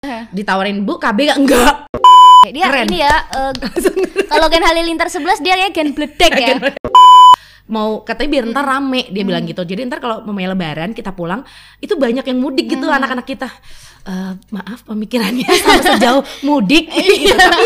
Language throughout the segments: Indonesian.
Ditawarin Bu KB gak? Enggak. Dia Keren. ini ya kalau Gen Halilintar 11 dia kayak Gen Bledek ya. Mau katanya biar ntar rame dia bilang gitu. Jadi ntar kalau memang lebaran kita pulang itu banyak yang mudik gitu anak-anak kita. Maaf pemikirannya sama sejauh mudik gitu. Tapi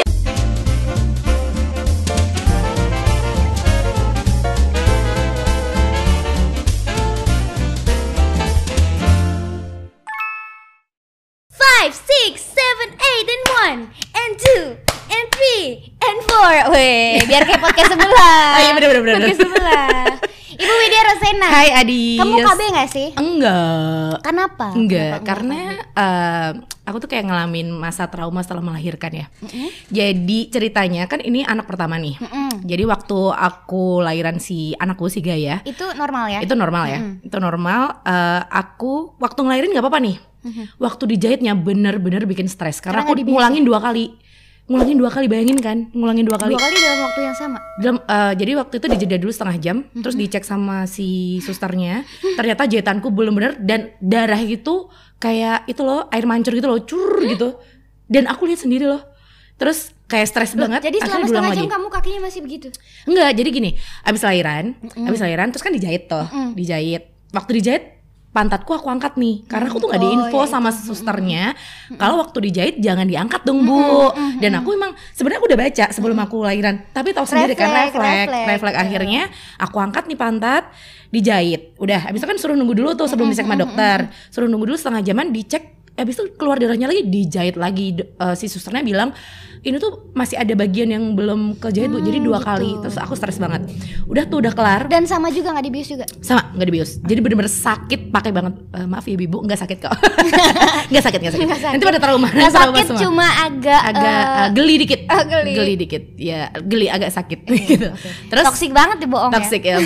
5, 6, 7, 8 and 1 and 2 and 3 and 4. Weh, biar kayak podcast sebelah. Oh iya bener. Podcast sebelah. Ibu Widya Rosena. Hai Adi. Kamu KB gak sih? Enggak. Kenapa? Enggak, karena aku tuh kayak ngalamin masa trauma setelah melahirkan ya. Jadi ceritanya kan ini anak pertama nih. Jadi waktu aku lahiran si anakku si Gaya, Itu normal ya? itu normal ya. Itu normal. Aku waktu ngelahirin nggak apa-apa nih. Waktu dijahitnya bener-bener bikin stres karena aku ngulangin 2 kali. Ngulangin 2 kali, bayangin kan? Ngulangin 2 kali. 2 kali dalam waktu yang sama? Jadi waktu itu dijeda dulu setengah jam, terus dicek sama si susternya. Ternyata jahitanku belum bener dan darah itu kayak itu loh, air mancur gitu loh, cur gitu. Dan aku lihat sendiri loh. Terus kayak stres banget. Jadi selama akhirnya setengah diulang jam lagi. kamu kakinya masih begitu? Enggak, jadi gini, abis lahiran terus kan dijahit tuh, dijahit. Waktu dijahit pantatku aku angkat nih, karena aku tuh nggak diinfo sama susternya kalau waktu dijahit jangan diangkat dong Bu. Dan aku emang sebenarnya aku udah baca sebelum aku lahiran, tapi tahu sendiri kan refleks. Akhirnya aku angkat nih pantat, dijahit. Udah, abis itu kan suruh nunggu dulu tuh sebelum dicek sama dokter, suruh nunggu dulu setengah jaman dicek. Habis itu keluar darahnya lagi, dijahit lagi. Si susternya bilang ini tuh masih ada bagian yang belum kejahit Bu, jadi 2 kali. Terus aku stres banget. Udah tuh udah kelar. Dan sama juga gak dibius juga? Sama, gak dibius. Jadi bener-bener sakit, pakai banget. Maaf ya Ibu, gak sakit kok. Gak sakit. Nanti pada trauma. Gak sakit semua. Cuma agak geli dikit. Geli. Geli dikit. Ya, geli agak sakit gitu. Terus toksik banget ya bohong toksik ya.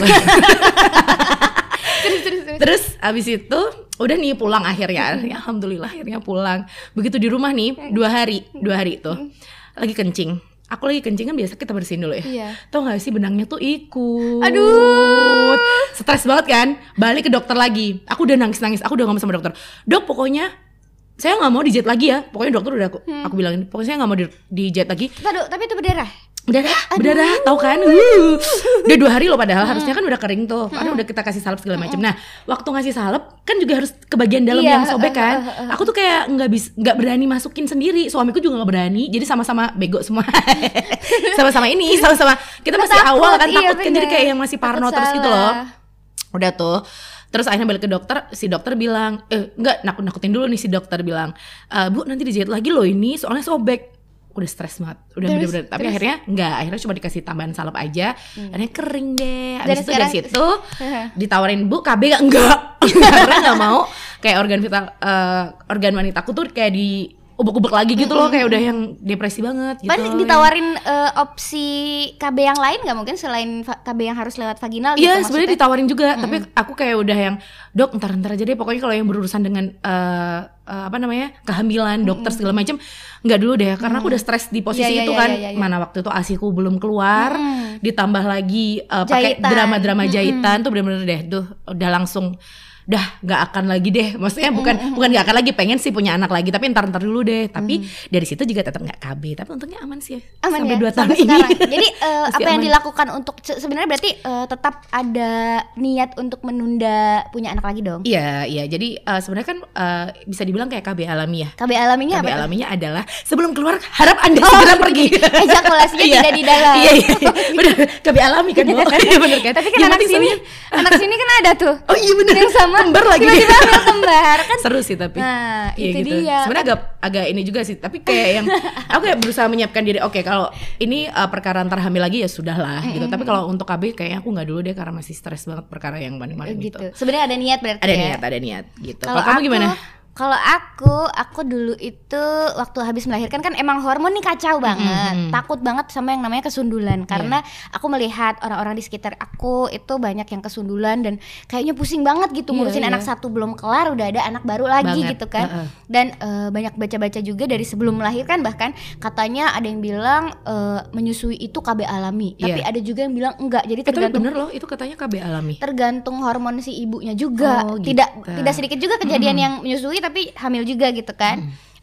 Terus abis itu udah nih pulang akhirnya. Ya, alhamdulillah akhirnya pulang. Begitu di rumah nih 2 hari tuh lagi kencing. Aku lagi kencing kan biasa kita bersihin dulu ya. Iya. Tau gak sih benangnya tuh ikut. Aduh. Stres banget kan. Balik ke dokter lagi. Aku udah nangis. Aku udah ngomong sama dokter. Dok pokoknya saya gak mau dijahit lagi ya. Pokoknya dokter udah aku bilangin. Pokoknya saya gak mau dijahit lagi. Tapi itu berdarah? Berdarah, tahu kan? Udah 2 hari loh padahal harusnya kan udah kering tuh, karena udah kita kasih salep segala macam. Nah, waktu ngasih salep kan juga harus ke bagian dalam yang sobek kan. Aku tuh kayak nggak berani masukin sendiri, suamiku juga nggak berani. Jadi sama-sama bego semua. sama-sama kita masih awal kan takut kan, jadi kayak yang masih parno terus gitu loh. Udah tuh. Terus akhirnya balik ke dokter, si dokter bilang, enggak, nakut-nakutin dulu nih si dokter bilang, Bu nanti dijahit lagi loh ini, soalnya sobek. Udah stres banget, udah bener-bener. Tapi akhirnya cuma dikasih tambahan salep aja, akhirnya kering deh. Abis itu dari situ ditawarin Bu KB gak? Enggak. Karena gak mau kayak organ wanitaku tuh kayak di ubek-ubek lagi gitu loh, kayak udah yang depresi banget gitu. Pan ditawarin opsi KB yang lain gak mungkin selain KB yang harus lewat vaginal gitu? Iya sebenarnya ditawarin juga, tapi aku kayak udah yang dok ntar aja deh, pokoknya kalau yang berurusan dengan kehamilan, dokter segala macam nggak dulu deh, karena aku udah stres di posisi itu kan. Mana waktu itu ASIku belum keluar, ditambah lagi pakai drama-drama jahitan tuh bener-bener deh tuh udah langsung nggak akan lagi deh, maksudnya bukan nggak akan lagi, pengen sih punya anak lagi tapi ntar dulu deh. Tapi dari situ juga tetap nggak KB, tapi untungnya aman sih sampai ya? 2 tahun ini. Jadi apa yang dilakukan untuk sebenarnya berarti tetap ada niat untuk menunda punya anak lagi dong? Iya. Jadi sebenarnya kan bisa dibilang kayak KB alami ya. KB alaminya KB alaminya adalah sebelum keluar harap Anda segera pergi. Ejakulasinya tidak di dalam. Iya. Benar. KB alami kan, Bu. Iya benar kan. Tapi kan anak sini kan ada tuh. Oh iya benar. Yang sama kembar lagi. Tiba-tiba hamil kembar kan. Seru sih tapi. Nah, iya, itu gitu. dia. Sebenarnya agak ini juga sih, tapi kayak yang aku kayak berusaha menyiapkan diri. Oke, kalau ini perkara antar hamil lagi ya sudahlah gitu. Tapi kalau untuk KB kayaknya aku nggak dulu deh, karena masih stres banget perkara yang maning-maning gitu. Sebenarnya ada niat berarti. Ada niat gitu. Kalau kamu gimana? Kalau aku dulu itu waktu habis melahirkan kan emang hormon nih kacau banget. Takut banget sama yang namanya kesundulan, karena aku melihat orang-orang di sekitar aku itu banyak yang kesundulan dan kayaknya pusing banget gitu ngurusin anak satu belum kelar udah ada anak baru lagi gitu kan. Dan banyak baca-baca juga dari sebelum melahirkan, bahkan katanya ada yang bilang menyusui itu KB alami, tapi ada juga yang bilang enggak. Jadi tergantung. Tapi bener loh itu katanya KB alami. Tergantung hormon si ibunya juga. Tidak sedikit juga kejadian yang menyusui tapi hamil juga gitu kan.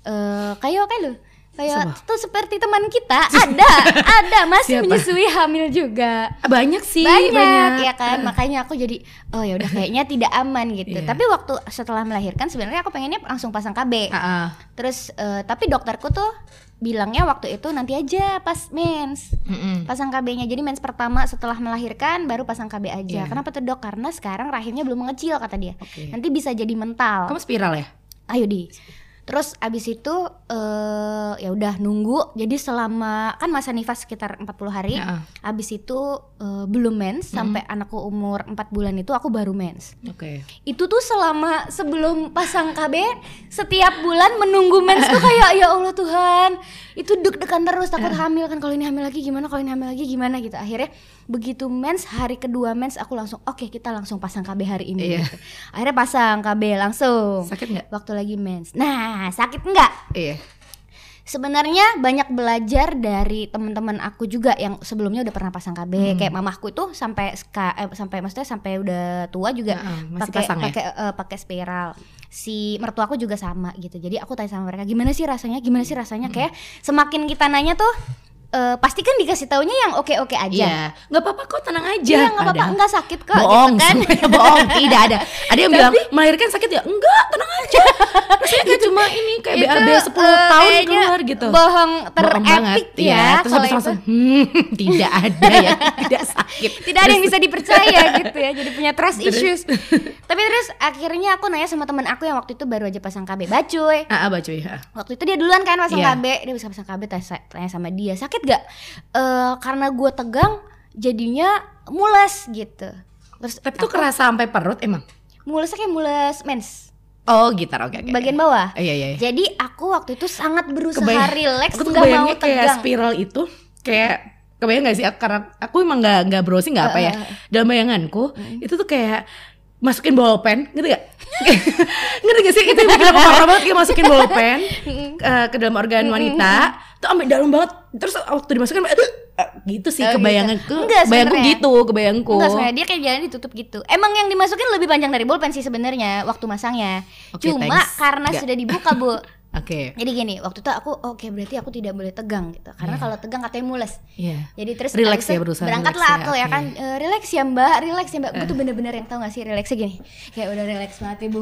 kayak tuh seperti teman kita ada masih menyusui hamil juga. Banyak sih, banyak ya kan. Makanya aku jadi ya udah kayaknya tidak aman gitu. Tapi waktu setelah melahirkan sebenarnya aku pengennya langsung pasang KB. Terus tapi dokterku tuh bilangnya waktu itu nanti aja pas mens pasang KB-nya. Jadi mens pertama setelah melahirkan baru pasang KB aja. Kenapa tuh dok? Karena sekarang rahimnya belum mengecil kata dia. Nanti bisa jadi mental. Kamu spiral ya? Ayo di. Terus abis itu ya udah nunggu. Jadi selama kan masa nifas sekitar 40 hari. Abis itu belum mens sampai anakku umur 4 bulan itu aku baru mens. Itu tuh selama sebelum pasang KB setiap bulan menunggu mens tuh kayak ya Allah Tuhan, itu deg-degan terus, takut hamil kan, kalau ini hamil lagi gimana, kalau ini hamil lagi gimana gitu. Akhirnya begitu mens, hari kedua mens aku langsung oke, kita langsung pasang KB hari ini gitu. Akhirnya pasang KB langsung. Sakit nggak? Waktu lagi mens. Nah, sakit nggak? Sebenarnya banyak belajar dari teman-teman aku juga yang sebelumnya udah pernah pasang KB. Kayak mamahku itu sampai maksudnya sampai udah tua juga pakai spiral. Si mertuaku juga sama gitu. Jadi aku tanya sama mereka, gimana sih rasanya? Kayak semakin kita nanya tuh pasti kan dikasih taunya yang oke-oke aja. Nggak apa-apa kok, tenang aja. Iya, nggak apa-apa, nggak sakit kok. Bohong, gitu kan? Bohong, tidak ada. Ada yang bilang melahirkan sakit ya? Enggak, tenang aja. Rasanya kayak cuma ini kayak BAB 10 tahun keluar gitu. Bohong terepik ya. Terus habis langsung tidak ada ya, tidak sakit. Tidak ada yang bisa dipercaya gitu ya. Jadi punya trust issues. Tapi terus akhirnya aku nanya sama teman aku yang waktu itu baru aja pasang KB, Bacuy. Bacuy. Waktu itu dia duluan kan pasang KB, dia bisa pasang KB, tanya sama dia, sakit gak? Karena gue tegang jadinya mules gitu. Terus tapi tuh kerasa sampai perut emang? Mulesnya kayak mules mens. Oh gitar, oke. Bagian bawah. Iya. Jadi aku waktu itu sangat berusaha relax, aku tuh gak mau tegang. Kayak spiral itu kayak kebayang gak sih? Karena aku emang gak browsing gak apa ya. Dalam bayanganku itu tuh kayak masukin bolpen, ngerti gak? Ngerti gak sih? Itu yang bikin aku parah banget, kayak masukin bolpen ke dalam organ wanita tuh sampai dalam banget. Terus waktu dimasukin gitu sih kebayanganku. Kebayangku. Enggak, sebenarnya dia kayak jalan ditutup gitu. Emang yang dimasukin lebih panjang dari bolpen sih sebenarnya waktu masangnya. Cuma karena sudah dibuka, Bu. Jadi gini, waktu itu aku berarti aku tidak boleh tegang gitu. Karena kalau tegang katanya mules. Jadi terus relax ya, berusaha berangkatlah aku ya kan. Relax ya Mbak. Gue tuh bener-bener yang tahu gak sih relaxnya gini. Kayak udah relax banget ya, Bu.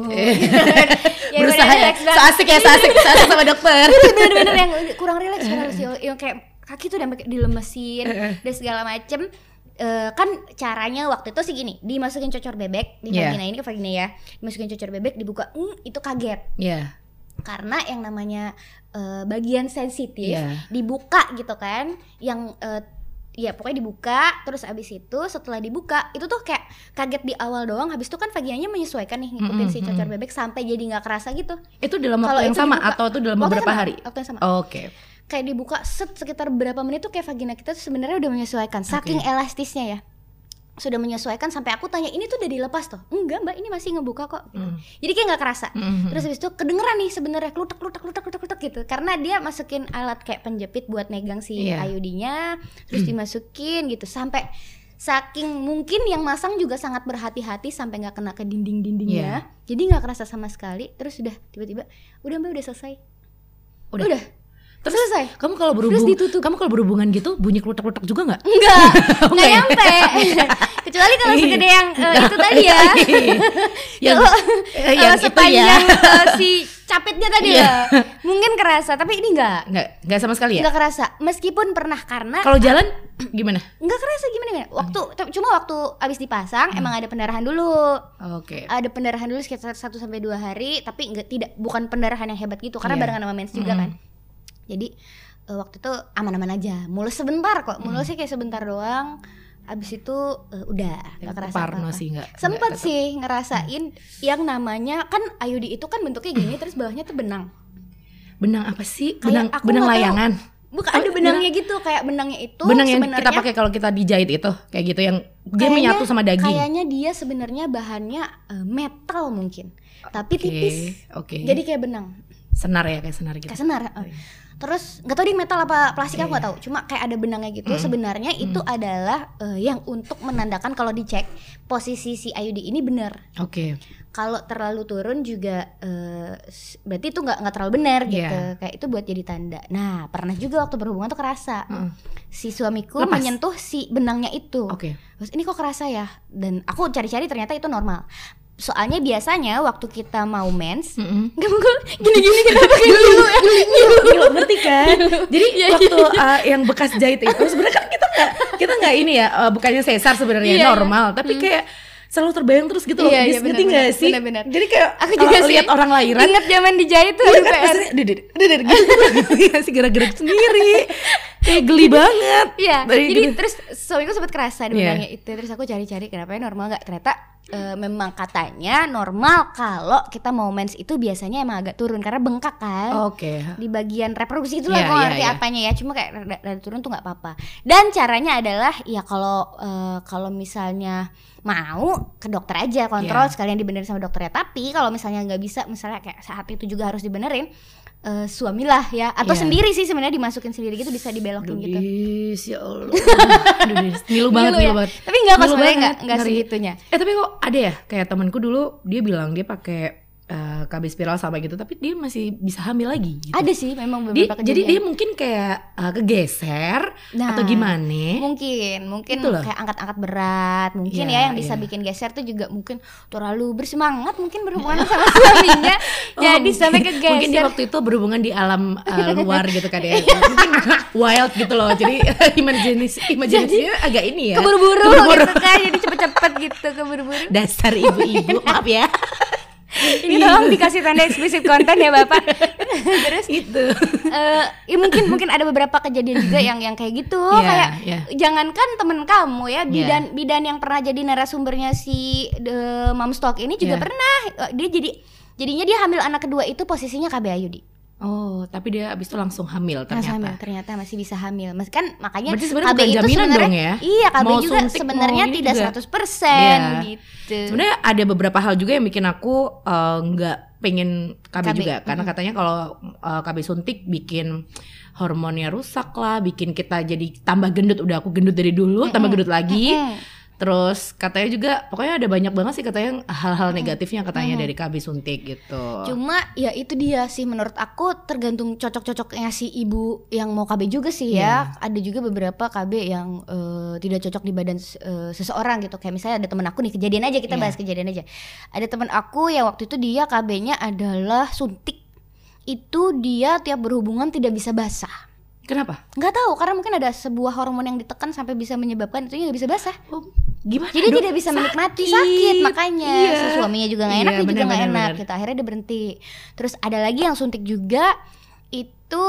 Berusaha ya. So asik sama dokter. Bener-bener yang kurang relax kan, harus yang kayak kaki tuh udah dilemesin dan segala macem. Kan caranya waktu itu sih gini, dimasukin cocor bebek di vagina ini ke vagina ya. Dimasukin cocor bebek, dibuka, itu kaget. Karena yang namanya bagian sensitif dibuka gitu kan, yang ya pokoknya dibuka. Terus abis itu setelah dibuka itu tuh kayak kaget di awal doang, habis itu kan vaginanya menyesuaikan nih ngikutin si cocor bebek sampai jadi nggak kerasa gitu. Itu dalam waktu yang sama dibuka, atau itu dalam beberapa hari? Waktu yang sama. Kayak dibuka sekitar berapa menit tuh kayak vagina kita tuh sebenarnya udah menyesuaikan, saking elastisnya ya. Sudah menyesuaikan sampai aku tanya, ini tuh udah dilepas toh? Enggak Mbak, ini masih ngebuka kok gitu. Jadi kayak gak kerasa. Terus habis itu kedengeran nih sebenarnya klutek gitu. Karena dia masukin alat kayak penjepit buat megang si IUD-nya. Terus dimasukin gitu. Sampai saking mungkin yang masang juga sangat berhati-hati sampai gak kena ke dinding-dindingnya. Jadi gak kerasa sama sekali. Terus udah tiba-tiba, udah Mbak udah selesai. Udah. Terus selesai. Kamu kalau berhubungan gitu bunyi klutek-klutek juga nggak? Enggak nyampe. Kecuali kalau segede yang itu tadi ya. Yang sepanjang si capitnya tadi ya. Mungkin kerasa, tapi ini nggak sama sekali ya. Nggak kerasa. Meskipun pernah, karena kalau jalan gimana? Nggak kerasa gimana? Cuma waktu abis dipasang emang ada pendarahan dulu. Ada pendarahan dulu sekitar 1-2 hari, tapi bukan pendarahan yang hebat gitu karena barengan sama mens juga kan. Jadi waktu itu aman-aman aja, mulus sebentar kok, mulusnya kayak sebentar doang. Abis itu udah gak kerasa apa-apa. Sempet sih ngerasain yang namanya kan IUD itu kan bentuknya gini, terus bawahnya tuh benang. Benang apa sih? Benang layangan? Bukan, ada benangnya gitu, kayak benangnya itu benang yang kita pakai kalau kita dijahit itu, kayak gitu yang dia menyatu sama daging. Kayaknya dia sebenarnya bahannya metal mungkin, tapi tipis. Jadi kayak benang. Senar ya, kayak senar gitu. Kayak senar. Terus nggak tahu di metal apa plastik aku nggak tahu. Cuma kayak ada benangnya gitu. Sebenarnya itu adalah yang untuk menandakan kalau dicek posisi si IUD ini benar. Oke. Kalau terlalu turun juga berarti itu nggak terlalu benar gitu. Kayak itu buat jadi tanda. Nah pernah juga waktu berhubungan tuh kerasa si suamiku menyentuh si benangnya itu. Terus ini kok kerasa ya? Dan aku cari-cari ternyata itu normal. Soalnya biasanya waktu kita mau mens, gini-gini kita pakai ngilu ya. Ngilu, ngerti kan? Jadi waktu yang bekas jahit itu sebenarnya kan kita nggak ini ya, bukannya sesar sebenarnya normal, tapi kayak selalu terbayang terus gitu loh. Ngerti nggak sih? Bener. Jadi kayak aku juga lihat orang lahiran. Ingat zaman dijahit tuh Deder gitu gerak-gerak sendiri. Kayak geli banget. Iya. Jadi terus suamiku sempat kerasa di benangnya itu. Terus aku cari-cari kenapa normal nggak? Ternyata memang katanya normal kalau kita mau mens itu biasanya emang agak turun karena bengkak kan. Di bagian reproduksi itulah aku ngerti apanya ya. Cuma kayak rada turun tuh nggak apa-apa. Dan caranya adalah ya kalau misalnya mau ke dokter aja kontrol sekalian dibenerin sama dokternya. Tapi kalau misalnya nggak bisa, misalnya kayak saat itu juga harus dibenerin, suamilah ya atau sendiri sih sebenarnya dimasukin sendiri gitu, bisa dibelokin gitu. Ya Allah. Ngilu banget. Tapi enggak kok sebenarnya enggak segitunya. Tapi kok ada ya kayak temanku dulu dia bilang dia pakai KB spiral sama gitu tapi dia masih bisa hamil lagi gitu. Ada sih memang beberapa kejadian. Jadi dia mungkin kayak kegeser atau gimana? Mungkin kayak angkat-angkat berat mungkin ya yang bisa bikin geser tuh juga mungkin terlalu bersemangat mungkin berhubungan sama suaminya. Jadi sampai kegeser. Mungkin dia waktu itu berhubungan di alam luar gitu kan ya. Mungkin wild gitu loh. Jadi imajinasinya agak ini ya. Keburu-buru gitu kan. Jadi cepet-cepet gitu keburu-buru. Dasar ibu-ibu, maaf ya. Ini tolong dikasih tanda eksplisit konten ya Bapak. Terus itu ya mungkin ada beberapa kejadian juga yang kayak gitu. Kayak jangankan temen kamu ya, bidan yang pernah jadi narasumbernya si Mom Stock ini juga pernah. Dia jadinya dia hamil anak kedua itu posisinya KB IUD. Tapi dia abis itu langsung hamil ternyata masih bisa hamil. Kan makanya berarti KB itu sebenarnya ya? KB mau juga sebenarnya tidak 100% gitu. Sebenarnya ada beberapa hal juga yang bikin aku nggak pengen KB juga karena katanya kalau KB suntik bikin hormonnya rusak lah, bikin kita jadi tambah gendut. Udah aku gendut dari dulu, tambah gendut lagi. Terus katanya juga pokoknya ada banyak banget sih katanya hal-hal negatifnya katanya dari KB suntik gitu. Cuma ya itu dia sih menurut aku tergantung cocok-cocoknya si ibu yang mau KB juga sih ya. Ada juga beberapa KB yang tidak cocok di badan seseorang gitu. Kayak misalnya ada teman aku nih, kejadian aja kita bahas kejadian aja. Ada teman aku yang waktu itu dia KB-nya adalah suntik. Itu dia tiap berhubungan tidak bisa basah. Kenapa? Nggak tahu, karena mungkin ada sebuah hormon yang ditekan sampai bisa menyebabkan itu nggak bisa basah. Gimana? Jadi tidak bisa menikmati sakit makanya. Suaminya juga nggak enak, dia juga nggak enak. Gitu. Akhirnya dia berhenti. Terus ada lagi yang suntik juga itu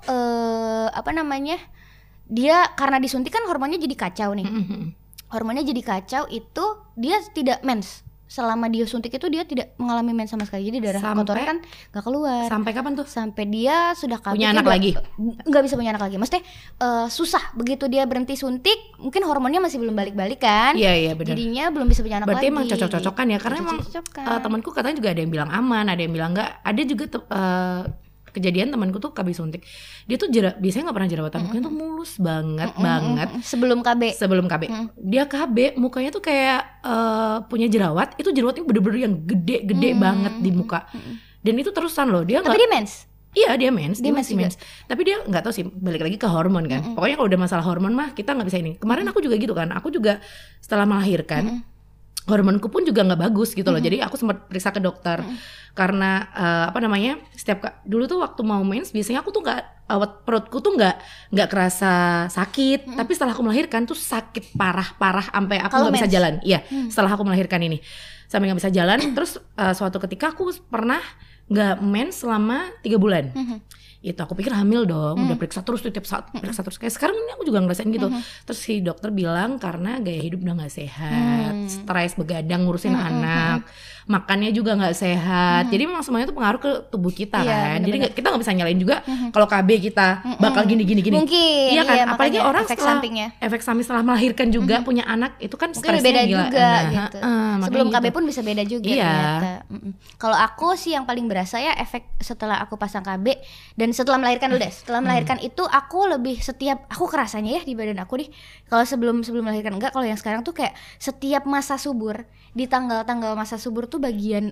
dia karena disuntik kan hormonnya jadi kacau nih. Hormonnya jadi kacau itu dia tidak mens. Selama dia suntik itu dia tidak mengalami mens sama sekali. Jadi darah kotornya kan gak keluar. Sampai kapan tuh? Sampai dia sudah punya anak lagi? Gak bisa punya anak lagi. Maksudnya susah. Begitu dia berhenti suntik, mungkin hormonnya masih belum balik-balik kan. Iya benar. Jadinya belum bisa punya anak berarti lagi. Berarti emang cocok-cocokan ya. Karena emang temanku katanya juga ada yang bilang aman, ada yang bilang enggak. Ada juga kejadian temanku tuh KB suntik. Dia tuh biasanya gak pernah jerawatan. Mukanya tuh mulus banget. Sebelum KB. Dia KB mukanya tuh kayak punya jerawat. Itu jerawatnya bener-bener yang gede-gede banget di muka. Dan itu terusan loh. Tapi dia mens? Iya dia mens. Dia masih mens. Tapi dia gak tahu sih, balik lagi ke hormon kan. Pokoknya kalau udah masalah hormon mah kita gak bisa ini. Kemarin aku juga gitu kan. Aku juga setelah melahirkan hormonku pun juga nggak bagus gitu loh. Jadi aku sempat periksa ke dokter karena dulu tuh waktu mau mens biasanya aku tuh perutku tuh nggak kerasa sakit, tapi setelah aku melahirkan tuh sakit parah sampai aku nggak bisa jalan. Iya, setelah aku melahirkan ini sampai nggak bisa jalan. Terus suatu ketika aku pernah nggak mens selama 3 bulan. Itu aku pikir hamil dong, udah periksa terus tuh tiap saat, periksa terus. Kayak sekarang ini aku juga ngerasain gitu. Terus si dokter bilang karena gaya hidup udah gak sehat, stres, begadang ngurusin anak, makannya juga gak sehat. Jadi memang semuanya tuh pengaruh ke tubuh kita kan. Jadi kita gak bisa nyalain juga kalau KB kita bakal gini. Mungkin. Iya kan, apalagi orang efek setelah sampingnya. efek samping setelah melahirkan juga punya anak itu kan Mungkin stresnya beda gila. juga gitu. Sebelum makanya KB gitu. pun bisa beda juga Iya. ternyata. Kalau aku sih yang paling berasa ya efek setelah aku pasang KB dan setelah melahirkan dulu deh. Setelah melahirkan itu aku lebih aku kerasanya ya di badan aku nih. Kalau sebelum melahirkan enggak, kalau yang sekarang tuh kayak setiap masa subur, di tanggal-tanggal masa subur tuh bagian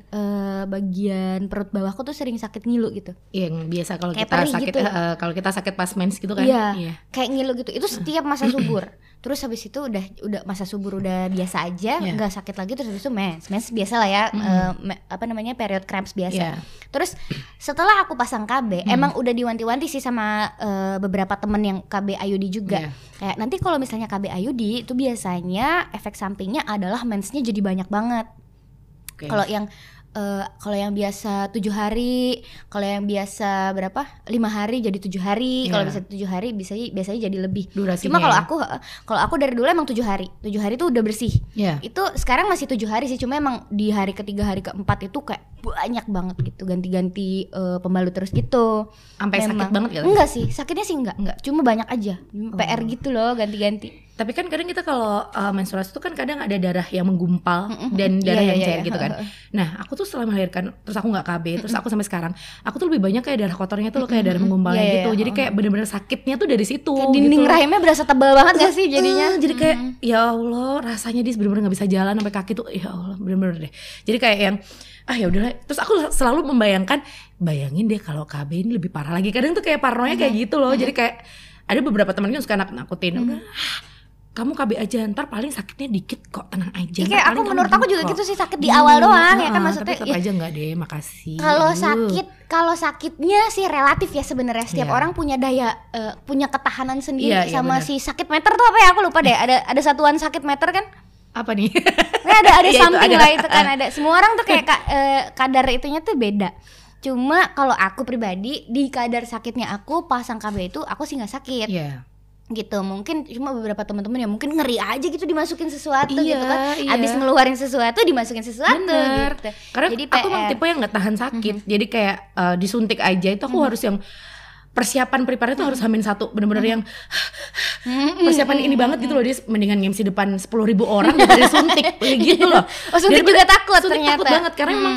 perut bawahku tuh sering sakit ngilu gitu. Yang biasa kalau Kayak kita perih sakit gitu. kalau kita sakit pas mens gitu kan. Iya. Kayak ngilu gitu. Itu setiap masa subur. Terus habis itu udah masa subur udah biasa aja, nggak sakit lagi. Terus habis itu mens biasa lah ya, period cramps biasa. Terus setelah aku pasang KB, emang udah diwanti-wanti sih sama beberapa temen yang KB IUD juga. Kayak nanti kalau misalnya KB IUD itu biasanya efek sampingnya adalah mensnya jadi banyak banget. Kalau yang biasa 7 hari, kalau yang biasa berapa 5 hari jadi 7 hari, kalau bisa 7 hari biasanya jadi lebih. Durasinya. Cuma kalau aku dari dulu emang 7 hari tuh udah bersih. Itu sekarang masih 7 hari sih, cuma emang di hari ketiga, hari keempat itu kayak banyak banget gitu, ganti-ganti pembalut terus gitu. Sampai sakit banget gitu? Enggak sih, sakitnya sih enggak, cuma banyak aja PR gitu loh, ganti-ganti. Tapi kan kadang kita kalau menstruasi itu kan kadang ada darah yang menggumpal dan darah yang cair gitu kan. Nah aku tuh setelah melahirkan, terus aku gak KB, terus aku sampai sekarang aku tuh lebih banyak kayak darah kotornya tuh kayak darah menggumpalnya gitu. Jadi kayak bener-bener sakitnya tuh dari situ kayak dinding gitu. rahimnya berasa tebal banget gak sih jadinya. Jadi kayak ya Allah, rasanya dia bener-bener gak bisa jalan sampai kaki tuh. Ya Allah bener-bener deh. Jadi kayak yang ya udahlah. Terus aku selalu bayangin deh kalau KB ini lebih parah lagi. Kadang tuh kayak parnonya kayak gitu loh. Jadi kayak ada beberapa temen yang suka nakutin. Udah kamu KB aja, ntar paling sakitnya dikit kok, tenang aja. Kayak menurut aku juga gitu sih, sakit di awal doang ya kan, maksudnya. Tapi tetap aja enggak deh, makasih. Kalau sakitnya sih relatif ya sebenarnya. Setiap orang punya daya punya ketahanan sendiri sama si sakit meter tuh apa ya, aku lupa deh. Ada satuan sakit meter kan? Apa nih? Ada something lah itu kan, ada. Semua orang tuh kayak kadar itunya tuh beda. Cuma kalau aku pribadi di kadar sakitnya aku pasang KB itu aku sih nggak sakit. Gitu, mungkin cuma beberapa teman-teman yang mungkin ngeri aja gitu dimasukin sesuatu gitu kan, abis ngeluarin sesuatu dimasukin sesuatu gitu. Karena jadi aku memang tipe yang nggak tahan sakit, jadi kayak disuntik aja itu aku harus yang persiapan prepare itu harus H-1, bener-bener yang persiapan ini banget gitu loh. Dia mendingan MC depan 10.000 orang daripada suntik gitu loh. Suntik juga takut ternyata. Takut banget karena emang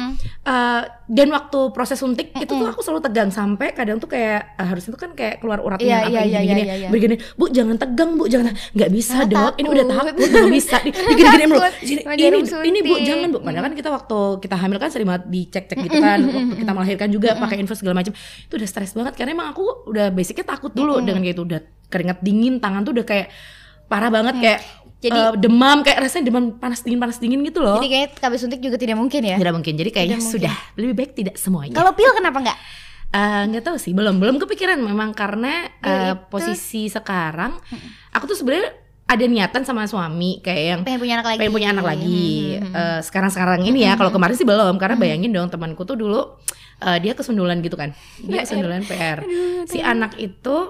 dan waktu proses suntik itu tuh aku selalu tegang sampai kadang tuh kayak harusnya tuh kan kayak keluar uratnya gini-gini. Begini, Bu jangan tegang Bu, jangan, nggak bisa Dok, ini udah takut nggak bisa, digini-gini dulu. Ini Bu jangan Bu. Padahal kan kita waktu kita hamil kan sering banget dicek-cek gitu kan, waktu kita melahirkan juga pakai infus segala macam, itu udah stres banget karena emang aku udah basicnya takut dulu dengan kayak itu, udah keringat dingin, tangan tuh udah kayak parah banget kayak jadi demam, kayak rasanya demam panas dingin gitu loh. Jadi kayak KB suntik juga tidak mungkin ya? Tidak mungkin, jadi kayaknya sudah lebih baik tidak semuanya. Kalau pil kenapa enggak? Nggak tahu sih, belum kepikiran memang karena posisi sekarang aku tuh sebenarnya ada niatan sama suami kayak yang pengen punya anak lagi. Sekarang ini ya, kalau kemarin sih belum, karena bayangin dong temanku tuh dulu dia kesundulan gitu kan, dia kesundulan PR. Si anak itu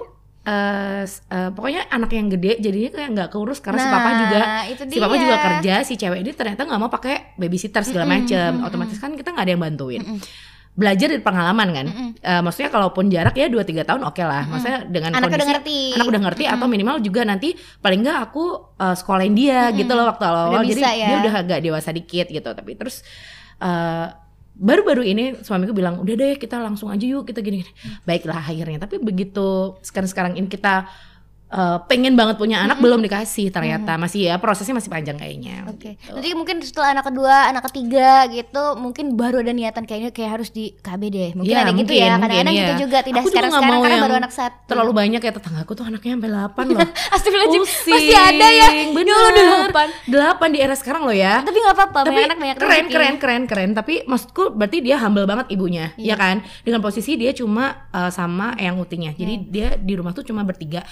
pokoknya anak yang gede jadinya kayak nggak keurus karena si papa juga kerja, si cewek ini ternyata nggak mau pakai babysitter segala macem. Otomatis kan kita nggak ada yang bantuin. Belajar dari pengalaman kan, maksudnya kalaupun jarak ya 2-3 tahun oke lah. Maksudnya dengan anak kondisi anak udah ngerti atau minimal juga nanti paling nggak aku sekolahin dia gitu loh waktu awal, jadi dia udah agak dewasa dikit gitu. Tapi terus baru-baru ini suamiku bilang udah deh kita langsung aja yuk kita gini. Baiklah akhirnya. Tapi begitu sekarang ini kita pengen banget punya anak, belum dikasih ternyata. Masih ya prosesnya masih panjang kayaknya. Oke. Nanti mungkin setelah anak kedua, anak ketiga gitu mungkin baru ada niatan kayaknya kayak harus di KB deh. Mungkin ada gitu ya. Kadang-kadang gitu juga, tidak sekarang karena baru anak 1. Terlalu banyak ya, tetanggaku tuh anaknya sampai 8 loh. Astagfirullahaladzim, masih ada ya. Bener 8 di era sekarang loh ya. Tapi gak apa-apa, banyak anak banyak keren. Tapi maksudku berarti dia humble banget ibunya, ya kan. Dengan posisi dia cuma sama eyang utinya. Jadi dia di rumah tuh cuma bertiga,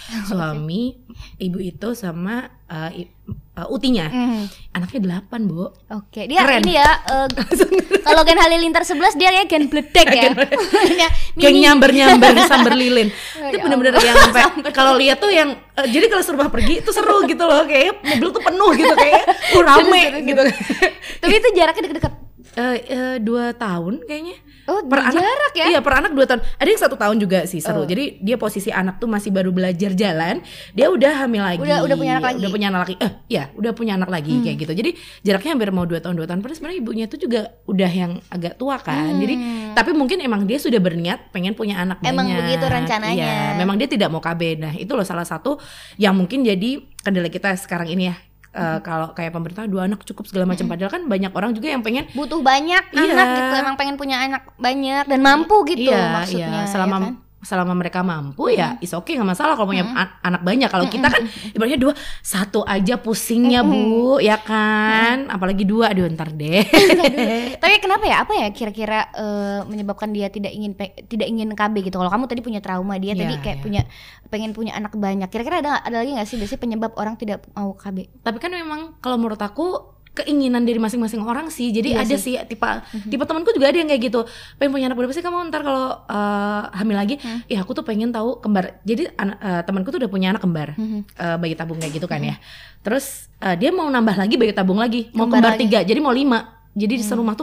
suami, ibu itu sama utinya. Anaknya 8, Bu. Oke. Dia Keren. ini ya kalau Gen Halilintar 11 dia kayak Gen Bledek ya. Kayak nyamber-nyamber samber lilin. Itu Ya bener-bener yang sampai kalau lihat tuh yang jadi kalau suruh pergi itu seru gitu loh, kayak mobil tuh penuh gitu kayak rame gitu. Tapi itu jaraknya deket-deket. 2 tahun kayaknya. Oh, per anak jarak ya? Iya, per anak 2 tahun. Ada yang 1 tahun juga sih, seru. Jadi dia posisi anak tuh masih baru belajar jalan, dia udah hamil lagi. Udah punya anak lagi. Udah punya anak lagi. Udah punya anak lagi kayak gitu. Jadi jaraknya hampir mau 2 tahun. Padahal sebenarnya ibunya tuh juga udah yang agak tua kan. Jadi tapi mungkin emang dia sudah berniat pengen punya anak banyak. Emang begitu rencananya. Iya, memang dia tidak mau KB. Nah, itu loh salah satu yang mungkin jadi kendala kita sekarang ini ya. Kalau kayak pemerintah 2 anak cukup segala macam, padahal kan banyak orang juga yang pengen butuh banyak anak gitu, emang pengen punya anak banyak dan mampu gitu maksudnya. Selama ya kan? selama mereka mampu ya is okay, nggak masalah kalau punya anak banyak. Kalau kita kan ibaratnya 2, 1 aja pusingnya Bu, ya kan, apalagi 2, aduh ntar deh. Tapi kenapa ya, apa ya kira-kira menyebabkan dia tidak ingin KB gitu? Kalau kamu tadi punya trauma, dia tadi kayak pengen punya anak banyak. Kira-kira ada lagi nggak sih biasanya penyebab orang tidak mau KB? Tapi kan memang kalau menurut aku keinginan dari masing-masing orang sih. Jadi ada sih tipe temanku juga ada yang kayak gitu. Pengen punya anak berapa sih kamu ntar kalau hamil lagi? Ya aku tuh pengen tahu kembar. Jadi temanku tuh udah punya anak kembar, bayi tabung kayak gitu kan ya. Terus dia mau nambah lagi bayi tabung lagi, mau kembar 3, jadi mau 5. Jadi di serumah tuh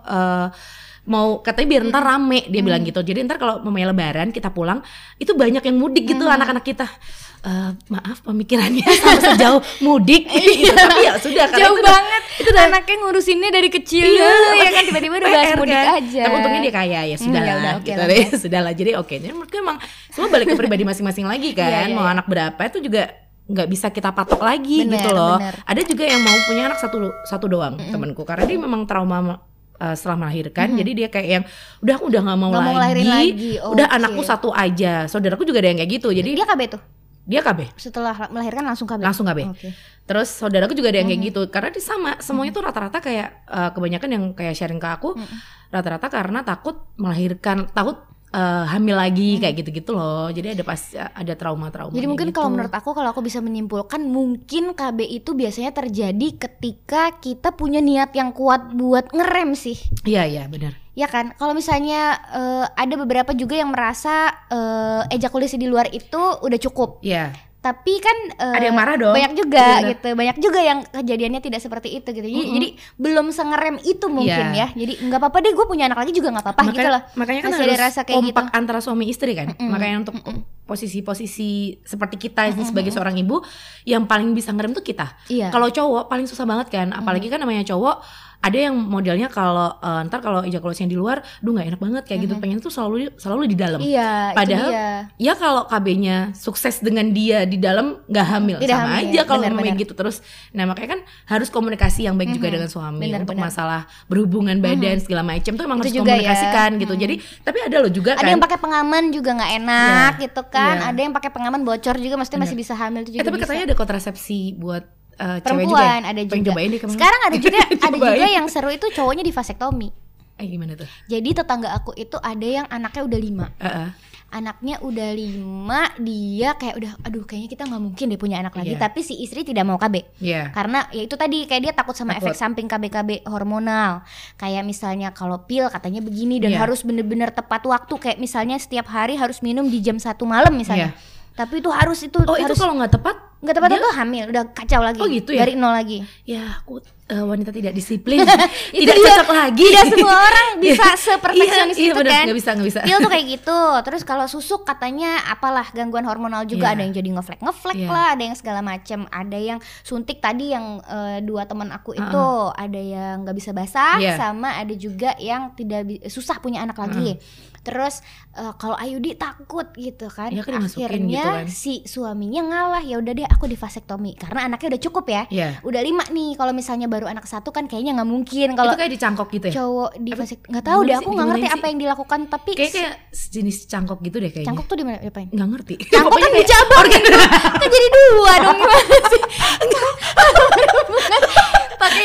mau katanya biar ntar rame, dia bilang gitu. Jadi ntar kalau mamanya lebaran kita pulang itu banyak yang mudik gitu anak-anak kita. Maaf pemikirannya sama sejauh mudik gitu. Tapi ya sudah, jauh banget itu anaknya ngurusinnya dari kecil dulu ya kan, tiba-tiba udah bahas mudik kan aja. Tapi untungnya dia kaya ya sudah lah gitu deh. Sudah lah, jadi oke. Jadi menurutku emang semua balik ke pribadi masing-masing lagi kan. Mau anak berapa itu juga nggak bisa kita patok lagi gitu loh. Ada juga yang mau punya anak satu doang temanku, karena dia memang trauma setelah melahirkan. Jadi dia kayak yang udah nggak mau lagi. Udah anakku 1 aja. Saudaraku juga ada yang kayak gitu. Jadi dia KB tuh. Dia KB. Setelah melahirkan langsung KB. Langsung KB. Terus saudaraku juga ada yang kayak gitu. Karena dia semuanya tuh rata-rata kayak kebanyakan yang kayak sharing ke aku rata-rata karena takut melahirkan, takut hamil lagi kayak gitu-gitu loh. Jadi ada trauma-trauma. Jadi mungkin gitu. kalau menurut aku, kalau aku bisa menyimpulkan, mungkin KB itu biasanya terjadi ketika kita punya niat yang kuat buat ngerem sih. Iya benar. Ya kan, kalau misalnya ada beberapa juga yang merasa ejakulasi di luar itu udah cukup. Iya. Tapi kan ada yang marah dong. Banyak juga gitu. Banyak juga yang kejadiannya tidak seperti itu gitu. Jadi belum sengerem itu mungkin ya. Jadi nggak apa-apa deh, gue punya anak lagi juga nggak apa-apa gitu loh. Makanya kan masih harus rasa kayak kompak gitu antara suami istri kan. Makanya untuk posisi-posisi seperti kita sebagai seorang ibu, yang paling bisa ngerem tuh kita. Kalau cowok paling susah banget kan. Apalagi kan namanya cowok, ada yang modelnya kalau ntar kalau ejakulasinya di luar, nggak enak banget kayak gitu, pengen tuh selalu di dalam. Padahal ya kalau KB-nya sukses dengan dia di dalam nggak hamil, sama aja kalau main gitu terus. Nah makanya kan harus komunikasi yang baik juga dengan suami untuk masalah berhubungan badan segala macam tuh emang harus komunikasikan gitu. Jadi tapi ada loh juga ada kan. yang pakai pengaman juga nggak enak gitu kan. Ada yang pakai pengaman bocor juga, maksudnya masih bisa hamil itu juga. Tapi katanya ada kontrasepsi buat perempuan juga. Ada juga. Sekarang ada juga yang seru itu cowoknya di vasektomi. Gimana tuh? Jadi tetangga aku itu ada yang anaknya udah 5. Anaknya udah 5, dia kayak udah aduh kayaknya kita nggak mungkin deh punya anak lagi. Tapi si istri tidak mau KB. Karena ya itu tadi kayak dia takut sama efek samping KB hormonal. Kayak misalnya kalau pil katanya begini dan harus bener-bener tepat waktu, kayak misalnya setiap hari harus minum di jam 1 malam misalnya. Tapi itu harus itu kalau nggak tepat itu hamil, udah kacau lagi. Gitu ya? Dari 0 lagi. Ya aku wanita tidak disiplin. Tidak cocok lagi. Tidak semua orang bisa seperfeksionis itu bener, kan. Nggak bisa. Pil tuh kayak gitu. Terus kalau susuk katanya apalah gangguan hormonal juga. Ada yang jadi ngeflek lah, ada yang segala macam. Ada yang suntik tadi yang 2 teman aku itu, ada yang nggak bisa basah, sama ada juga yang susah punya anak lagi. Terus kalau Ayudi takut gitu kan, akhirnya gitu kan. Si suaminya ngalah, ya udah deh aku di vasektomi karena anaknya udah cukup ya. Udah 5 nih, kalau misalnya baru anak 1 kan kayaknya nggak mungkin. Kalau itu kayak dicangkok gitu ya? Cowok di vasektomi nggak tahu deh, aku nggak ngerti apa yang dilakukan, tapi kayak sejenis cangkok gitu deh kayaknya. Cangkok tuh di mana? Apain? Nggak ngerti. Cangkok kan dicabut gitu, kan jadi 2 dong, gimana sih? Pakai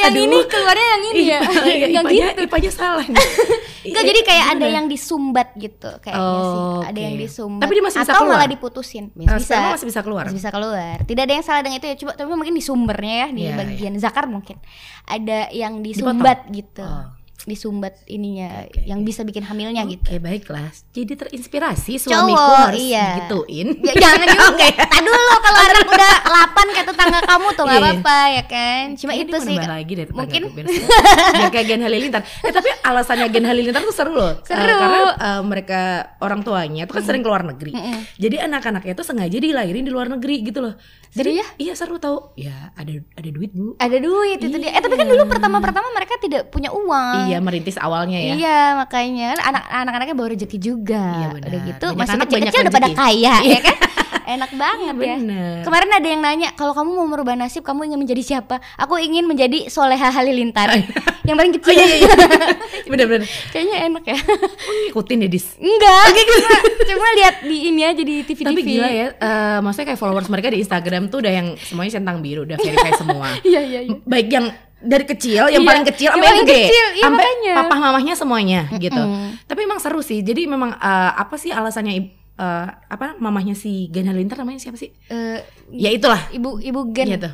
yang ini keluarnya yang ini ya. Yang gitu. Ipanya salah. Enggak, jadi kayak ada yang disumbat gitu kayaknya sih. Ada yang disumbat. Tapi dia masih bisa atau keluar? malah diputusin. Masih bisa keluar. Masih bisa keluar. Tidak ada yang salah dengan itu ya. Coba tapi mungkin di sumbernya ya, di bagian zakar mungkin. Ada yang disumbat gitu. Disumbat ininya yang bisa bikin hamilnya gitu. Baiklah. Jadi terinspirasi suamiku harus digituin. Jangan juga. Tak dulu kalau anak udah 8 kayak tetangga kamu tuh enggak apa-apa ya kan. Cuma itu sih. Lagi deh mungkin kayak Gen Halilintar. Tapi alasannya Gen Halilintar tuh seru loh. Karena mereka orang tuanya tuh kan sering keluar negeri. Jadi anak-anaknya tuh sengaja dilahirin di luar negeri gitu loh. Jadi iya seru tau. Ya ada duit Bu. Ada duit itu dia. Tapi kan dulu pertama-pertama mereka tidak punya uang. Iya, merintis awalnya ya. Iya, makanya anak-anaknya bawa rezeki juga. Iya, udah gitu banyak masih anak, kecil-kecil udah pada kaya ya kan. Enak banget ya. Kemarin ada yang nanya, kalau kamu mau merubah nasib, kamu ingin menjadi siapa? Aku ingin menjadi Soleha Halilintar. Yang paling kecil. Iya. Bener-bener. Kayaknya enak ya. Ngikutin ya Dis? Enggak. Cuma lihat di ini aja di TV. Tapi gila ya, maksudnya kayak followers mereka di Instagram tuh udah yang semuanya centang biru, udah verify semua. Iya. Baik yang dari kecil, yang paling kecil sampai yang gede, sampai papa mamahnya semuanya gitu. Tapi emang seru sih. Jadi memang apa sih alasannya mamahnya si Gen Halilintar namanya siapa sih? Ya itulah. Ibu Gen. Iya tuh,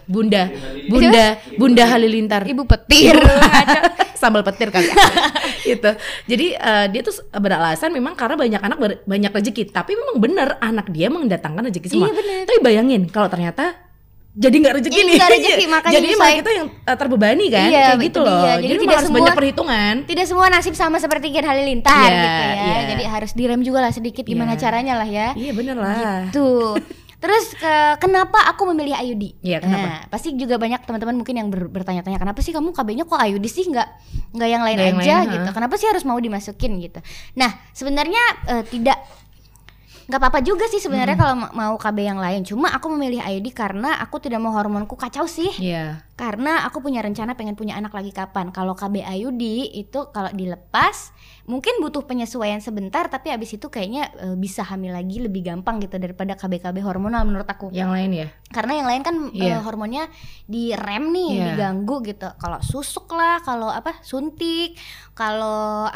Bunda Halilintar. Ibu petir. Sambal petir kali. Gitu. Jadi dia tuh beralasan memang karena banyak anak banyak rezeki. Tapi memang benar anak dia mendatangkan rezeki semua. Iya, tapi bayangin kalau ternyata jadi nggak rezeki nih. Nggak rezeki, makanya jadi emang kita yang terbebani kan, kayak gitu loh. Jadi tidak harus banyak perhitungan. Tidak semua nasib sama seperti Gen Halilintar gitu ya. Jadi harus direm juga lah sedikit gimana caranya lah ya. Iya bener lah. Gitu. Terus kenapa aku memilih Ayudi? Iya, kenapa? Pasti juga banyak teman-teman mungkin yang bertanya-tanya, kenapa sih kamu KB-nya kok Ayudi sih, nggak yang lain aja gitu? Kenapa sih harus mau dimasukin gitu? Nah sebenarnya nggak apa-apa juga sih sebenarnya kalau mau KB yang lain. Cuma aku memilih Ayudi karena aku tidak mau hormonku kacau sih. Karena aku punya rencana pengen punya anak lagi kapan. Kalau KB Ayudi itu kalau dilepas mungkin butuh penyesuaian sebentar, tapi abis itu kayaknya bisa hamil lagi lebih gampang gitu daripada KB hormonal menurut aku. Yang lain ya? Karena yang lain kan hormonnya direm nih, diganggu gitu. Kalau susuk lah, kalau suntik, kalau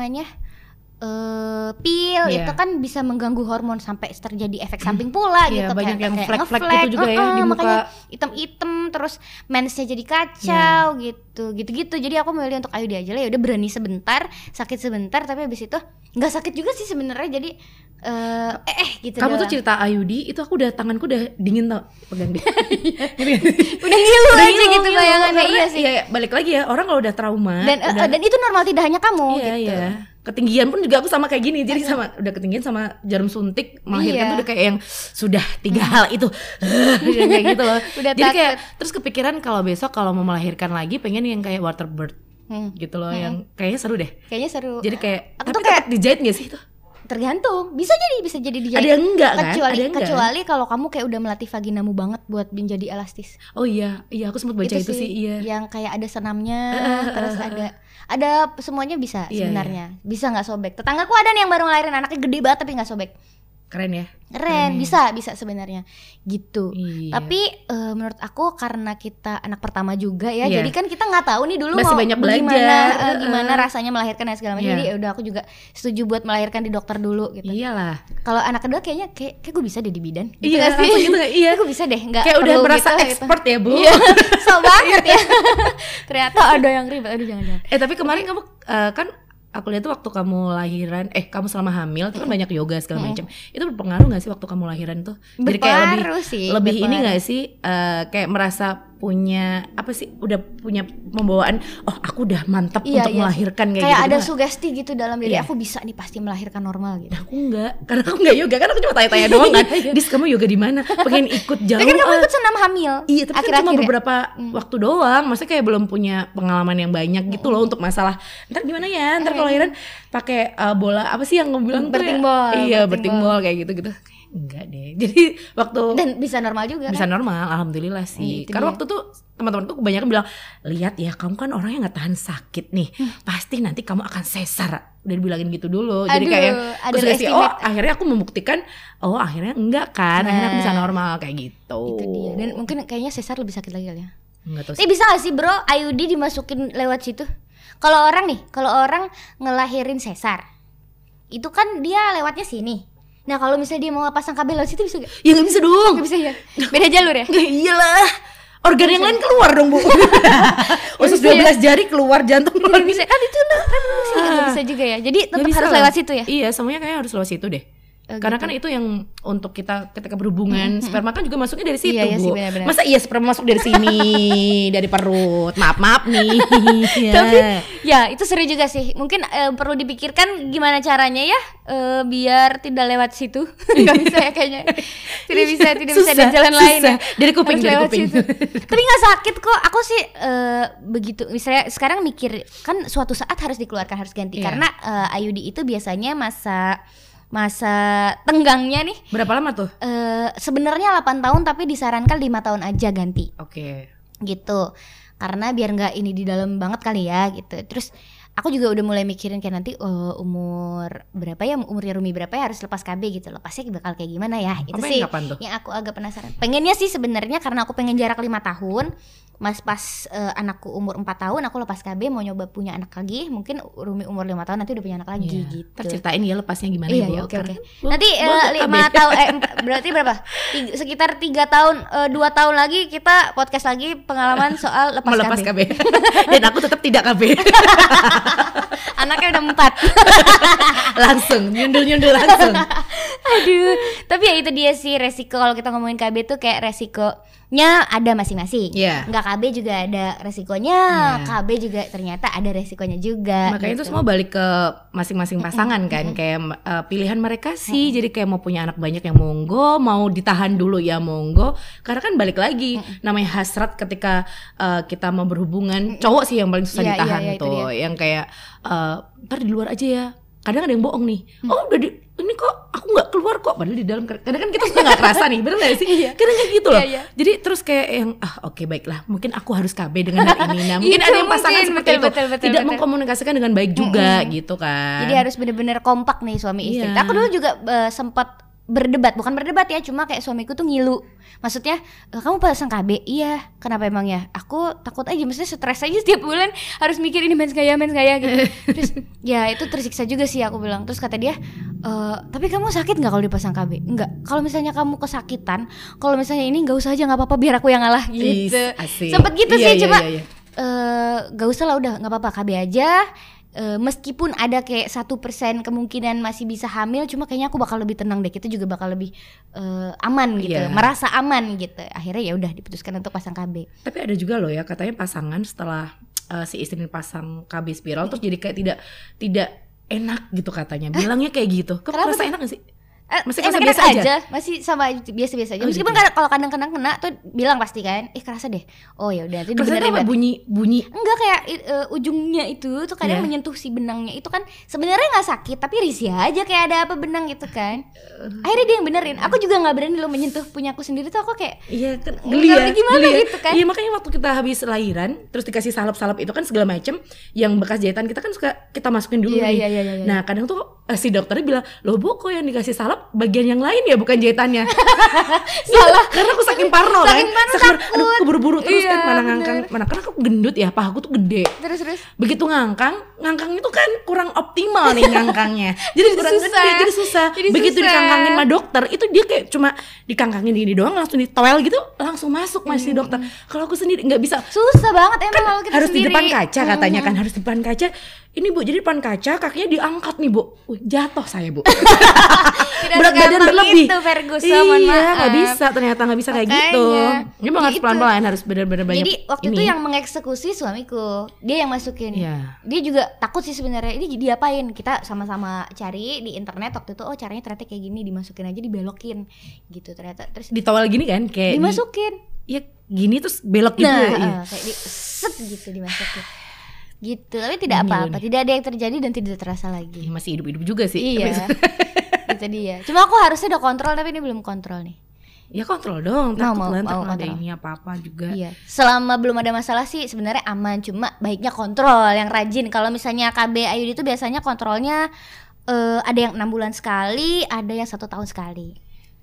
pil itu kan bisa mengganggu hormon sampai terjadi efek samping pula gitu. Banyak yang flek-flek gitu juga ya di muka. Makanya hitam-hitam terus mensnya jadi kacau gitu. Jadi aku memilih untuk Ayudi aja lah. Ya udah berani sebentar, sakit sebentar, tapi habis itu nggak sakit juga sih sebenarnya. Jadi gitu. Kamu tuh cerita Ayudi itu tanganku udah dingin tau, pegang deh. Udah ngilu aja gitu bayangannya. Iya sih. Balik lagi ya, orang kalau udah trauma dan itu normal, tidak hanya kamu gitu. Ketinggian pun juga aku sama kayak gini. Jadi udah ketinggian sama jarum suntik melahirkan tuh udah kayak yang sudah 3 hal itu kayak gitu loh. Udah jadi takut. Kayak terus kepikiran kalau besok kalau mau melahirkan lagi pengen yang kayak waterbird gitu loh, yang kayaknya seru deh. Kayaknya seru. Jadi kayak aku tuh kayak dijahit gak sih itu? Tergantung, bisa jadi dijahit. Ada yang enggak kan? Kecuali kalau kamu kayak udah melatih vaginamu banget buat menjadi elastis. Oh iya aku sempat baca itu sih. Yang kayak ada senamnya, terus ada semuanya bisa sebenarnya. Bisa nggak sobek. Tetanggaku ada nih yang baru ngelahirin anaknya gede banget tapi nggak sobek. Keren ya? Keren, bisa sebenarnya gitu. Tapi menurut aku karena kita anak pertama juga ya, jadi kan kita nggak tahu nih dulu masih mau banyak belajar gimana rasanya melahirkan dan segala macam. Jadi udah aku juga setuju buat melahirkan di dokter dulu gitu. Iyalah. Kalau anak kedua kayak gue bisa deh di bidan. Gitu sih. Iya, gue bisa deh. Nggak kayak udah berasa gitu, expert ya Bu. Iya, so banget ya. Ternyata ada yang ribet. Aduh jangan. Tapi kemarin kamu kan aku lihat tuh waktu kamu lahiran, kamu selama hamil tuh kan banyak yoga segala macam. Itu berpengaruh nggak sih waktu kamu lahiran tuh? Jadi kayak lebih ini nggak sih, kayak merasa punya udah punya pembawaan, aku udah mantap untuk melahirkan kayak gitu. Kayak ada sugesti gitu dalam diri, aku bisa nih pasti melahirkan normal gitu. Nah, aku enggak, karena aku enggak yoga, karena aku cuma tanya-tanya doang kan. Dis, kamu yoga di mana? Pengen ikut jauh. Tapi kan kamu ikut senam hamil. Iya, tapi kan cuma beberapa waktu doang. Maksudnya kayak belum punya pengalaman yang banyak gitu loh untuk masalah. Ntar gimana ya? Ntar kalau lahiran pakai bola apa sih yang ngebilang berting ball. Iya, berting ball kayak gitu-gitu. Enggak deh. Jadi waktu dan bisa normal juga. Bisa normal, alhamdulillah sih. Karena waktu tuh teman-temanku kebanyakan bilang, lihat ya kamu kan orangnya nggak tahan sakit nih, pasti nanti kamu akan sesar. Udah dibilangin gitu dulu. Jadi kayak akhirnya aku membuktikan, akhirnya enggak kan, akhirnya aku bisa normal kayak gitu. Itu dia. Dan mungkin kayaknya sesar lebih sakit lagi kali ya. Nggak tahu Tapi bisa gak sih bro IUD dimasukin lewat situ? Kalau orang ngelahirin sesar, itu kan dia lewatnya sini. Nah kalau misalnya dia mau pasang kabel lewat situ bisa gak? Ya nggak bisa dong. Gak bisa ya? Beda jalur ya? Iyalah. Organ yang lain keluar dong Bu. Usus 12 jari keluar, jantung keluar. Bisa kan itu reproduksi gak bisa juga ya. Jadi tetap harus lewat situ ya. Iya, semuanya kayaknya harus lewat situ deh. Karena kan itu yang untuk kita ketika berhubungan, sperma kan juga masuknya dari situ, iya, Bu. sih, benar-benar. Masa iya sperma masuk dari sini, dari perut. Maaf nih. Tapi ya itu seru juga sih. Mungkin perlu dipikirkan gimana caranya ya biar tidak lewat situ. Gak bisa ya kayaknya. Tidak bisa ada jalan lain ya. Dari kuping. Tapi gak sakit kok. Aku sih begitu. Misalnya sekarang mikir kan suatu saat harus dikeluarkan, harus ganti. Karena IUD itu biasanya masa tenggangnya nih. Berapa lama tuh? Sebenarnya 8 tahun tapi disarankan 5 tahun aja ganti. Oke. Gitu. Karena biar nggak ini di dalam banget kali ya gitu. Terus aku juga udah mulai mikirin kayak nanti umurnya Rumi berapa ya harus lepas KB gitu. Lepasnya bakal kayak gimana ya? Itu sih yang aku agak penasaran. Pengennya sih sebenarnya karena aku pengen jarak 5 tahun. Pas anakku umur 4 tahun aku lepas KB mau nyoba punya anak lagi. Mungkin Rumi umur 5 tahun nanti udah punya anak lagi gitu. Terceritain ya lepasnya gimana iya, Bu. Iya, oke. Nanti 5 tahun berarti berapa? Sekitar 3 tahun 2 tahun lagi kita podcast lagi pengalaman soal lepas KB. Dan aku tetap tidak KB. Anaknya udah 4. Langsung nyundul langsung. Aduh, tapi ya itu dia sih resiko kalau kita ngomongin KB tuh kayak resikonya ada masing-masing. Nggak KB juga ada resikonya, KB juga ternyata ada resikonya juga. Makanya itu semua balik ke masing-masing pasangan kan, kayak pilihan mereka sih. Jadi kayak mau punya anak banyak yang monggo, mau ditahan dulu ya monggo. Karena kan balik lagi namanya hasrat ketika kita mau berhubungan, cowok sih yang paling susah ditahan tuh, yang kayak ntar di luar aja ya. Kadang ada yang bohong nih. Oh udah ini kok aku nggak keluar kok, padahal di dalam. Kadang kan kita suka nggak kerasa nih, bener nggak sih? Kadang kayak gitu loh. Jadi terus kayak yang oke, baiklah, mungkin aku harus KB dengan hal ini. Nah mungkin ada yang pasangan seperti itu tidak mengkomunikasikan dengan baik juga gitu kan. Jadi harus bener-bener kompak nih suami istri. Aku dulu juga sempat bukan berdebat ya, cuma kayak suamiku tuh ngilu. Maksudnya kamu pasang KB? Iya. Kenapa emang ya? Aku takut aja, maksudnya stres aja setiap bulan harus mikir ini mens gaya gitu. Terus ya itu tersiksa juga sih aku bilang. Terus kata dia, tapi kamu sakit nggak kalau dipasang KB? Enggak. Kalau misalnya kamu kesakitan, kalau misalnya ini nggak usah aja, nggak apa-apa, biar aku yang ngalah gitu. Sempet gitu sih, cuma nggak usah lah, udah nggak apa-apa, KB aja. Meskipun ada kayak 1% kemungkinan masih bisa hamil, cuma kayaknya aku bakal lebih tenang deh, kita juga bakal lebih aman gitu, merasa aman gitu. Akhirnya ya udah diputuskan untuk pasang KB. Tapi ada juga loh ya katanya pasangan setelah si istri pasang KB spiral terus jadi kayak tidak enak gitu katanya. Bilangnya kayak gitu. Kamu merasa enak gak sih? Masih biasa aja, masih sama biasa-biasa aja. Meskipun gitu. Kalau kadang-kadang kena tuh bilang pasti kan, kerasa deh. Oh ya udah, itu benerin apa bunyi. Enggak, kayak ujungnya itu tuh kadang menyentuh si benangnya itu kan sebenarnya nggak sakit, tapi risih aja kayak ada apa benang gitu kan. Akhirnya dia yang benerin. Aku juga nggak berani lo menyentuh punya aku sendiri tuh, aku kayak kan geli ya. Gimana gitu kan. Iya, makanya waktu kita habis lahiran terus dikasih salep-salep itu kan segala macem yang bekas jahitan kita kan suka kita masukin dulu nih. Iya. Nah kadang tuh si dokternya bilang, loh Bu, kok yang dikasih salep bagian yang lain ya, bukan jahitannya. Salah. Karena aku saking parno kan. Aduh, keburu-buru terus kan mana karena aku gendut ya, pahaku tuh gede. Terus begitu ngangkang itu kan kurang optimal nih ngangkangnya. Jadi kurang gede, jadi susah. Begitu dikangkangin sama dokter, itu dia kayak cuma dikangkangin gini doang, langsung ditowel gitu, langsung masuk masih dokter. Kalau aku sendiri nggak bisa. Susah banget emang kan kalau kita harus sendiri. Di depan kaca katanya kan, harus di depan kaca. Ini Bu, jadi depan kaca kakinya diangkat nih Bu. Jatuh saya Bu. Berat badan berlebih. Itu Ferguson, nggak bisa, ternyata nggak bisa kayak gitu. Ini harus pelan-pelan, harus benar-benar banyak. Jadi waktu itu yang mengeksekusi suamiku, dia yang masukin. Dia juga takut sih sebenarnya. Ini diapain? Kita sama-sama cari di internet waktu itu. Oh caranya ternyata kayak gini, dimasukin aja, dibelokin gitu ternyata. Terus ditowel gini kan, kayak dimasukin. Ya gini terus belok gitu. Kayak set gitu dimasukin. Gitu, tapi tidak apa-apa, tidak ada yang terjadi dan tidak terasa lagi. Masih hidup-hidup juga sih. Iya. Itu dia. Cuma aku harusnya udah kontrol, tapi ini belum kontrol nih. Ya kontrol dong, takut ada ini apa-apa juga. Iya. Selama belum ada masalah sih sebenarnya aman, cuma baiknya kontrol yang rajin. Kalau misalnya KB IUD itu biasanya kontrolnya ada yang 6 bulan sekali, ada yang 1 tahun sekali.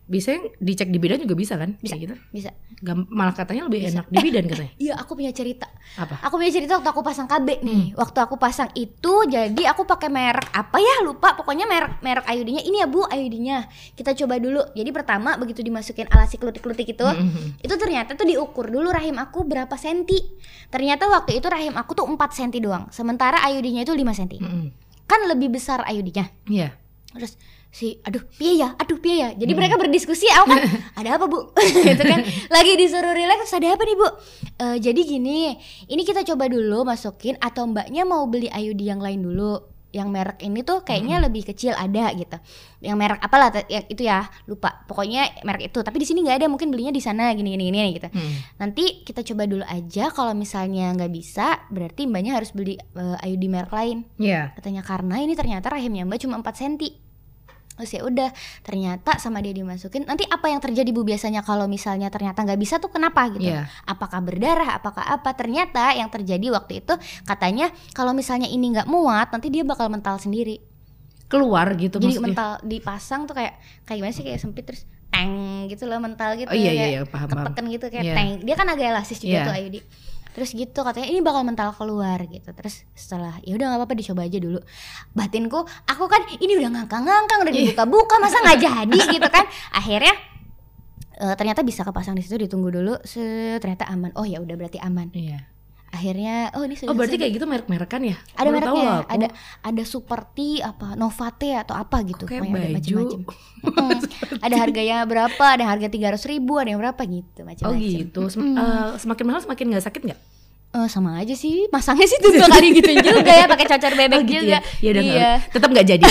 biasanya dicek di bidan juga bisa kan? Bisa, kayak gitu. bisa. Malah katanya lebih enak di bidan katanya. Iya, aku punya cerita. Apa? Aku punya cerita waktu aku pasang KB nih. Waktu aku pasang itu, jadi aku pakai merek apa ya lupa. Pokoknya merek IUD-nya ini ya Bu, IUD-nya. Kita coba dulu. Jadi pertama begitu dimasukin alat si klutik-klutik itu ternyata tuh diukur dulu rahim aku berapa senti. Ternyata waktu itu rahim aku tuh 4 senti doang. Sementara IUD-nya itu 5 senti. Kan lebih besar IUD-nya. Iya. Terus aduh piye ya. Jadi mereka berdiskusi, aku kan ada apa Bu? Gitu kan. Lagi disuruh relax, ada apa nih Bu? Jadi gini, ini kita coba dulu masukin atau mbaknya mau beli IUD yang lain dulu. Yang merek ini tuh kayaknya lebih kecil ada gitu. Yang merek apalah yang itu ya, lupa. Pokoknya merek itu, tapi di sini nggak ada, mungkin belinya di sana gini gitu. Nanti kita coba dulu aja, kalau misalnya nggak bisa, berarti mbaknya harus beli IUD merek lain. Katanya karena ini ternyata rahimnya mbak cuma 4 cm. Terus ya udah, ternyata sama dia dimasukin. Nanti apa yang terjadi Bu biasanya kalau misalnya ternyata nggak bisa tuh kenapa gitu? Apakah berdarah? Apakah apa? Ternyata yang terjadi waktu itu katanya kalau misalnya ini nggak muat, nanti dia bakal mental sendiri. Keluar gitu jadi maksudnya? Jadi mental dipasang tuh kayak gimana sih, kayak sempit terus teng gitu loh, mental gitu. Iya, paham. Ketekan gitu kayak teng. Dia kan agak elastis juga tuh IUD. Terus gitu katanya ini bakal mental keluar gitu. Terus setelah ya udah nggak apa-apa, dicoba aja dulu. Batinku, aku kan ini udah ngangkang udah dibuka-buka, masa nggak jadi gitu kan. Akhirnya ternyata bisa kepasang di situ, ditunggu dulu. Ternyata aman. Oh ya udah berarti aman. Akhirnya ini sudah. Oh berarti kayak gitu merek-merekan ya? Ada mereknya, ada Superti apa Novate atau apa gitu. Kayak baju. Ada macam-macam. Ada harganya berapa? Ada harga 300.000, ada yang berapa gitu macam-macam. Oh gitu. Semakin mahal semakin nggak sakit nggak? Sama aja sih, masangnya sih tuh 2 kali gitu juga ya, pakai cocor bebek gitu juga. Ya udah tetap nggak jadi.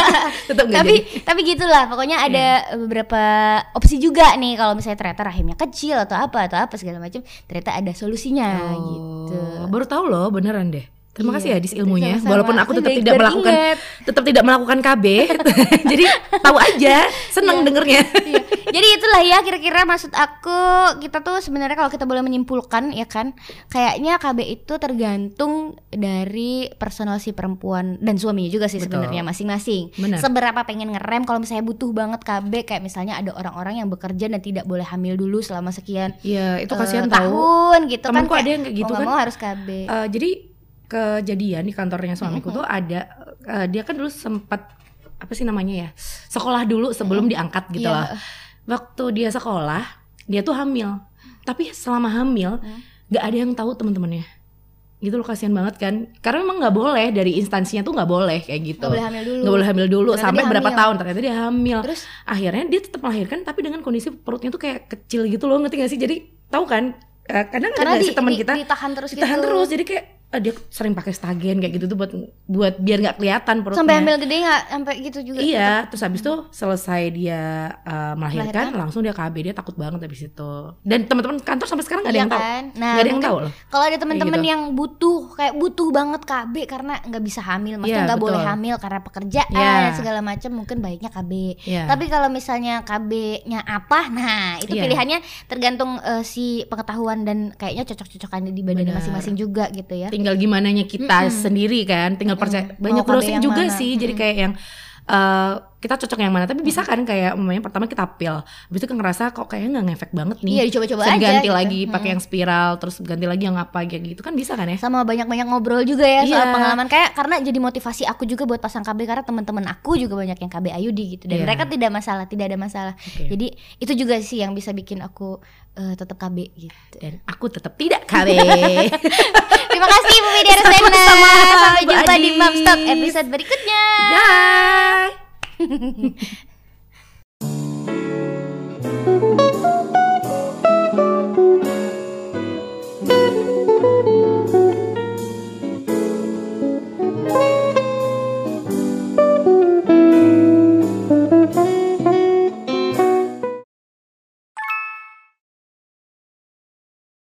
Tapi gitulah, pokoknya ada beberapa opsi juga nih kalau misalnya ternyata rahimnya kecil atau apa segala macam, ternyata ada solusinya gitu. Baru tahu loh, beneran deh. Terima kasih ya Dis ilmunya. Walaupun aku tetap tidak melakukan KB. Jadi tahu aja, seneng dengernya. Jadi itulah ya kira-kira maksud aku. Kita tuh sebenarnya kalau kita boleh menyimpulkan ya kan, kayaknya KB itu tergantung dari personal si perempuan dan suaminya juga sih sebenarnya masing-masing. Seberapa pengen ngerem. Kalau misalnya butuh banget KB, kayak misalnya ada orang-orang yang bekerja dan tidak boleh hamil dulu selama sekian itu kasihan tahun gitu. Temanku kan. Ada yang kayak gitu kan. Mau harus KB. Jadi kejadian di kantornya suamiku tuh ada dia kan dulu sempat apa sih namanya ya, sekolah dulu sebelum diangkat gitu loh. Waktu dia sekolah dia tuh hamil, tapi selama hamil nggak ada yang tahu teman-temannya gitu loh. Kasihan banget kan, karena memang nggak boleh, dari instansinya tuh nggak boleh kayak gitu, nggak boleh hamil dulu sampai berapa tahun. Ternyata dia hamil. Terus akhirnya dia tetap melahirkan tapi dengan kondisi perutnya tuh kayak kecil gitu loh, ngerti gak sih? Jadi tahu kan kadang ada si teman kita ditahan terus jadi kayak dia sering pakai stagen kayak gitu tuh buat biar nggak kelihatan perutnya. Sampai hamil gede nggak? Sampai gitu juga. Iya, terus habis itu selesai dia melahirkan langsung dia KB. Dia takut banget habis itu. Dan teman-teman kantor sampai sekarang nggak ada yang tahu. Nggak ada yang tahu loh. Kalau ada teman-teman yang butuh banget KB karena nggak bisa hamil, maksudnya nggak boleh hamil karena pekerjaan segala macam, mungkin baiknya KB. Tapi kalau misalnya KB-nya apa, nah itu pilihannya tergantung si pengetahuan dan kayaknya cocok-cocokannya di badannya masing-masing juga gitu ya. Tinggal gimananya kita sendiri kan, tinggal percaya. Banyak browsing juga mana? Sih, jadi kayak yang kita cocok yang mana. Tapi bisa kan kayak umumnya pertama kita pil, habis itu kan ngerasa kok kayaknya nggak ngefek banget nih. Iya, dicoba-coba aja. Ganti lagi pakai yang spiral, terus ganti lagi yang apa kayak gitu kan bisa kan ya. Sama banyak-banyak ngobrol juga ya soal pengalaman, kayak karena jadi motivasi aku juga buat pasang KB, karena teman-teman aku juga banyak yang KB IUD gitu dan mereka tidak ada masalah. Jadi itu juga sih yang bisa bikin aku tetap KB gitu. Dan aku tetap tidak KB. Terima kasih Ibu Widya Rusena. Sampai jumpa di Momstock episode berikutnya. Bye.